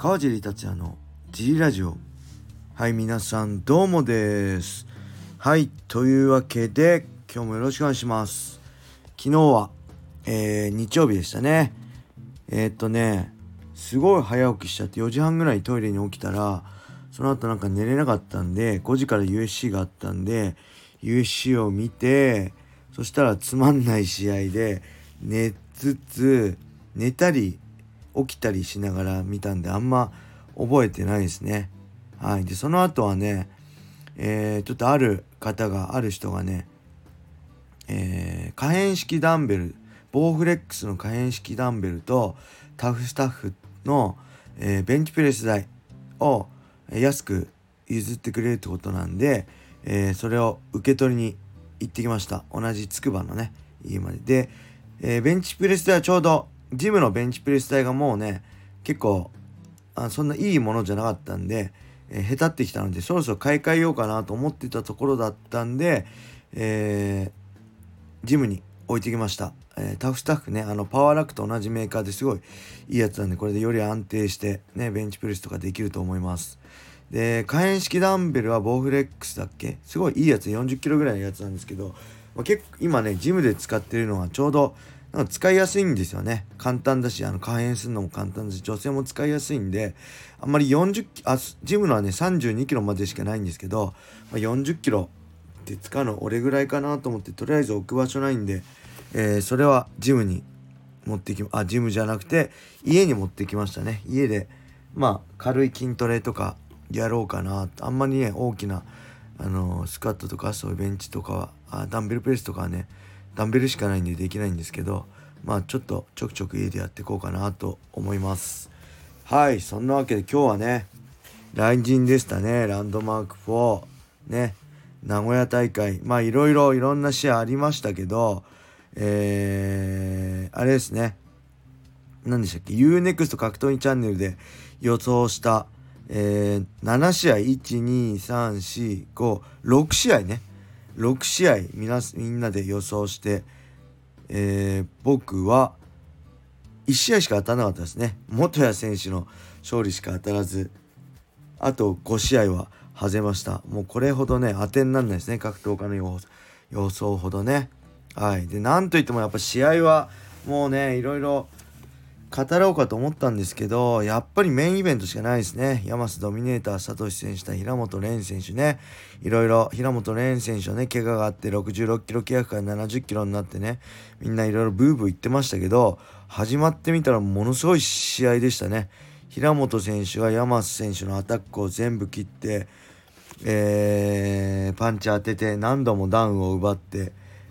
川尻達也のジリラジオ。はい、皆さんどうもです。はい、というわけで今日もよろしくお願いします。昨日は、日曜日でしたね。すごい早起きしちゃって4時半ぐらいトイレに起きたら、その後なんか寝れなかったんで、5時から USC があったんで USC を見て、そしたらつまんない試合で寝たり起きたりしながら見たんで、あんま覚えてないですね。はい。でその後はね、ちょっとある人がね、可変式ダンベル、ボーフレックスの可変式ダンベルとタフスタッフの、ベンチプレス台を安く譲ってくれるってことなんで、それを受け取りに行ってきました。同じつくばのね家までで、ベンチプレス台はちょうどジムのベンチプレス台がもうね結構そんないいものじゃなかったんで、へたってきたのでそろそろ買い替えようかなと思ってたところだったんで、ジムに置いてきました。タフスタッフね、パワーラックと同じメーカーですごいいいやつなんで、これでより安定してねベンチプレスとかできると思います。で可変式ダンベルはボーフレックスだっけ、すごいいいやつ、40キロぐらいのやつなんですけど、結構今ねジムで使ってるのはちょうどなんか使いやすいんですよね。簡単だし、可変するのも簡単だし、女性も使いやすいんで、あんまりジムのはね32キロまでしかないんですけど、40キロって使うの俺ぐらいかなと思って、とりあえず置く場所ないんで、それはジムじゃなくて家に持ってきましたね。家で軽い筋トレとかやろうかな。あんまりね大きなスクワットとかそういうベンチとかはダンベルプレスとかはねダンベルしかないんでできないんですけど、ちょっとちょくちょく家でやっていこうかなと思います。はい、そんなわけで今日はね来日でしたね。ランドマーク4ね、名古屋大会、いろんな試合ありましたけど、あれですね、何でしたっけ、 UNEXT 格闘技チャンネルで予想した、7試合12345 6試合ね、6試合みんなで予想して、僕は1試合しか当たらなかったですね。元谷選手の勝利しか当たらず、あと5試合は外れました。もうこれほどね当てにならないですね、格闘家の予想ほどね。はい。でなんといってもやっぱ試合はもうねいろいろ語ろうかと思ったんですけど、やっぱりメインイベントしかないですね。ヤマスドミネーターサトシ選手対平本蓮選手ね。いろいろ平本蓮選手はね怪我があって66キロ契約から70キロになってね、みんないろいろブーブー言ってましたけど、始まってみたらものすごい試合でしたね。平本選手がヤマス選手のアタックを全部切って、パンチ当てて何度もダウンを奪って、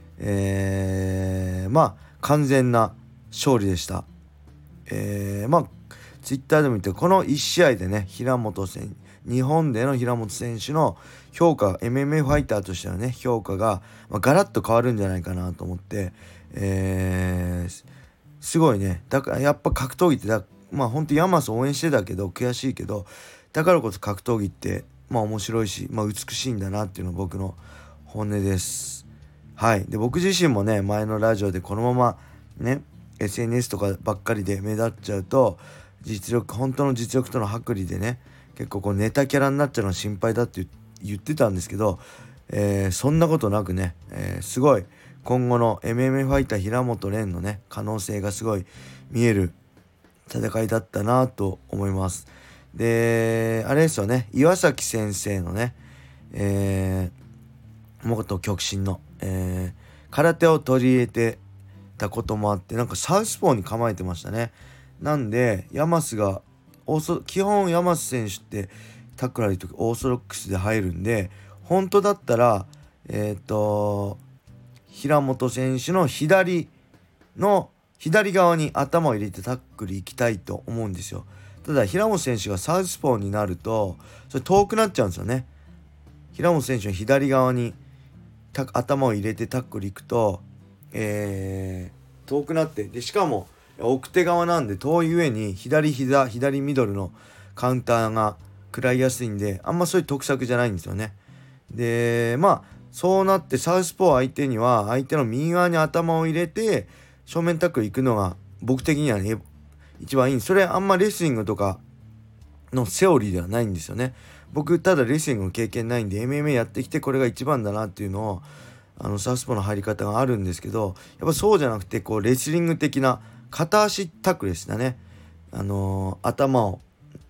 完全な勝利でした。ツイッターでも言ってこの1試合でね日本での平本選手の評価、MMA ファイターとしてのね評価が、ガラッと変わるんじゃないかなと思って、すごいね。だからやっぱ格闘技って本当ヤマス応援してたけど悔しいけど、だからこそ格闘技って面白いし、美しいんだなっていうのが僕の本音です。はい。で僕自身もね前のラジオでこのままね SNS とかばっかりで目立っちゃうと本当の実力との剥離でね結構ネタキャラになっちゃうのが心配だって言ってたんですけど、そんなことなくね、すごい今後の MMA ファイター平本蓮のね可能性がすごい見える戦いだったなと思います。であれですよね、岩崎先生のね、元極真の、空手を取り入れてたこともあって、なんかサウスポーに構えてましたね。なんでヤマスが基本ヤマス選手ってタックルの時オーソドックスで入るんで、本当だったら平本選手の左側に頭を入れてタックル行きたいと思うんですよ。ただ平本選手がサウスポーになるとそれ遠くなっちゃうんですよね。平本選手の左側に頭を入れてタックル行くと、遠くなって、でしかも奥手側なんで遠い上に左膝左ミドルのカウンターが食らいやすいんで、あんまそういう得策じゃないんですよね。でそうなってサウスポー相手には相手の右側に頭を入れて正面タックル行くのが僕的にはね一番いいんです。それあんまレスリングとかのセオリーではないんですよね。僕ただレスリングの経験ないんで MMA やってきてこれが一番だなっていうのをサウスポーの入り方があるんですけど、やっぱそうじゃなくてこうレスリング的な片足タックルでしたね。頭を、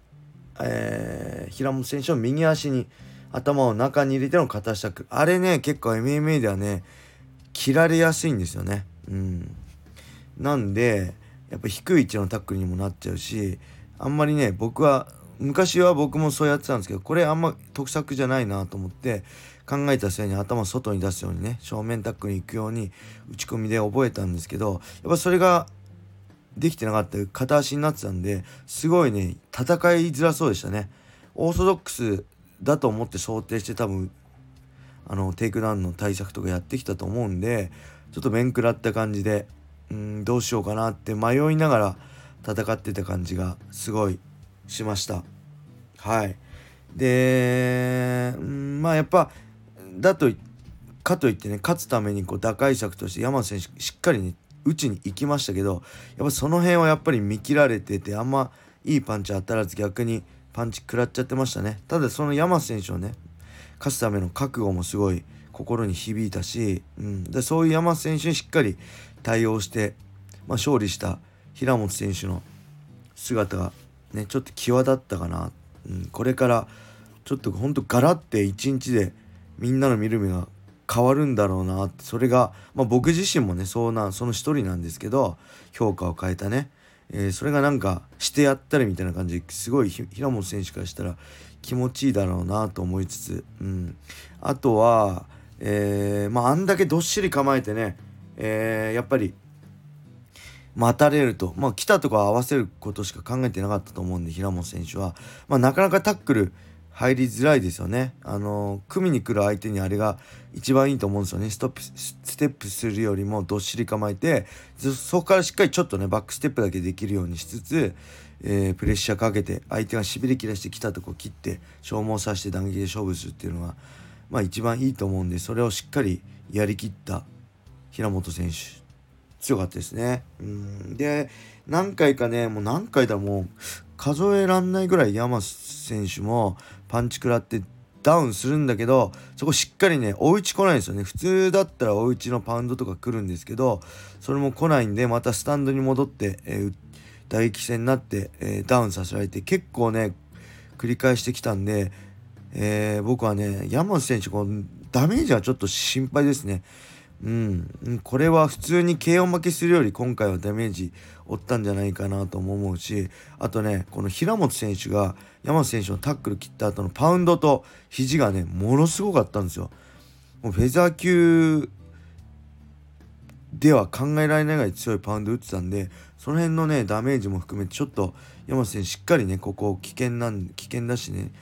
平本選手の右足に頭を中に入れての片足タックル、あれね結構 MMA ではね切られやすいんですよね。なんでやっぱ低い位置のタックルにもなっちゃうし、あんまりね昔は僕もそうやってたんですけど、これあんま得策じゃないなと思って考えた末に頭外に出すようにね、正面タックルに行くように打ち込みで覚えたんですけど、やっぱそれができてなかった片足になってたんで、すごいね戦いづらそうでしたね。オーソドックスだと思って想定して多分テイクダウンの対策とかやってきたと思うんで、ちょっと面食らった感じでどうしようかなって迷いながら戦ってた感じがすごいしました。はい。でまあやっぱかといってね、勝つためにこう打開策として山瀬選手しっかりね打ちに行きましたけど、やっぱその辺はやっぱり見切られてて、あんまいいパンチ当たらず逆にパンチ食らっちゃってましたね。ただその山瀬選手をね勝つための覚悟もすごい心に響いたし、でそういう山瀬選手にしっかり対応して、勝利した平本選手の姿がねちょっと際立ったかな。これからちょっとほんとガラッて一日でみんなの見る目が変わるんだろうなって、それが、僕自身もねその一人なんですけど、評価を変えたね、それがなんかしてやったりみたいな感じですごい平本選手からしたら気持ちいいだろうなと思いつつ、あとは、あんだけどっしり構えてね、やっぱり待たれると、来たとこ合わせることしか考えてなかったと思うんで、平本選手は、なかなかタックル入りづらいですよね。組みに来る相手にあれが一番いいと思うんですよね。ステップするよりもどっしり構えて、そこからしっかりちょっとねバックステップだけできるようにしつつ、プレッシャーかけて相手がしびれ切らしてきたとこ切って消耗させて打撃で勝負するっていうのが一番いいと思うんで、それをしっかりやりきった平本選手強かったですね。で何回だもう数えらんないぐらい山選手もパンチ食らってダウンするんだけど、そこしっかりね追い打ち来ないんですよね。普通だったら追い打ちのパウンドとか来るんですけど、それも来ないんでまたスタンドに戻って、打撃戦になって、ダウンさせられて結構ね繰り返してきたんで、僕はね山選手このダメージはちょっと心配ですね。これは普通に KO 負けするより今回はダメージ負ったんじゃないかなとも思うし、あとねこの平本選手が山本選手のタックル切った後のパウンドと肘がねものすごかったんですよ。もうフェザー級では考えられないぐらい強いパウンド打ってたんで、その辺のねダメージも含めてちょっと山本選手しっかりねここ危険だしね、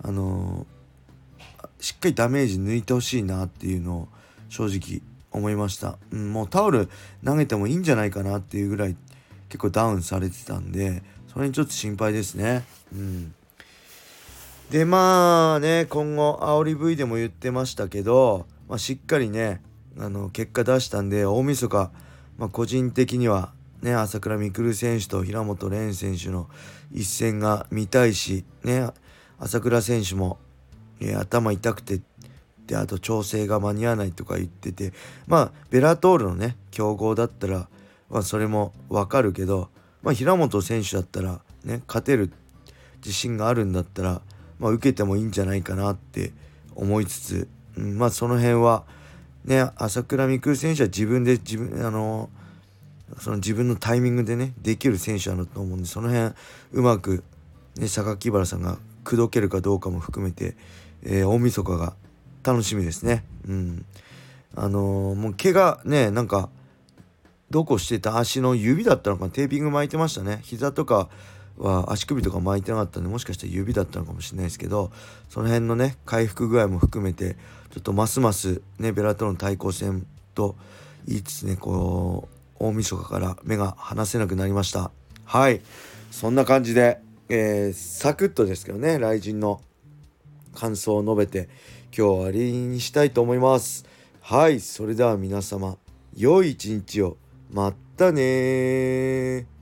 しっかりダメージ抜いてほしいなっていうのを正直思いました。もうタオル投げてもいいんじゃないかなっていうぐらい結構ダウンされてたんで、それにちょっと心配ですね。で今後煽り V でも言ってましたけど、しっかりね結果出したんで大晦日、個人的にはね朝倉未来選手と平本蓮選手の一戦が見たいしね、朝倉選手も、頭痛くてであと調整が間に合わないとか言ってて、ベラトールのね強豪だったら、それもわかるけど、平本選手だったらね勝てる自信があるんだったら、受けてもいいんじゃないかなって思いつつ、その辺はね朝倉未来選手は自分その自分のタイミングでねできる選手だと思うんで、その辺うまくね榊原さんが口説けるかどうかも含めて、大晦日が楽しみですね。もう怪我ねどこしてた足の指だったのかな、テーピング巻いてましたね。膝とかは足首とか巻いてなかったんで、もしかしたら指だったのかもしれないですけど、その辺のね回復具合も含めてちょっとますますねベラとの対抗戦と言いつつねこう大晦日から目が離せなくなりました。はい、そんな感じで、サクッとですけどね雷神の感想を述べて今日は終わりにしたいと思います。はい、それでは皆様良い一日を。まったねー。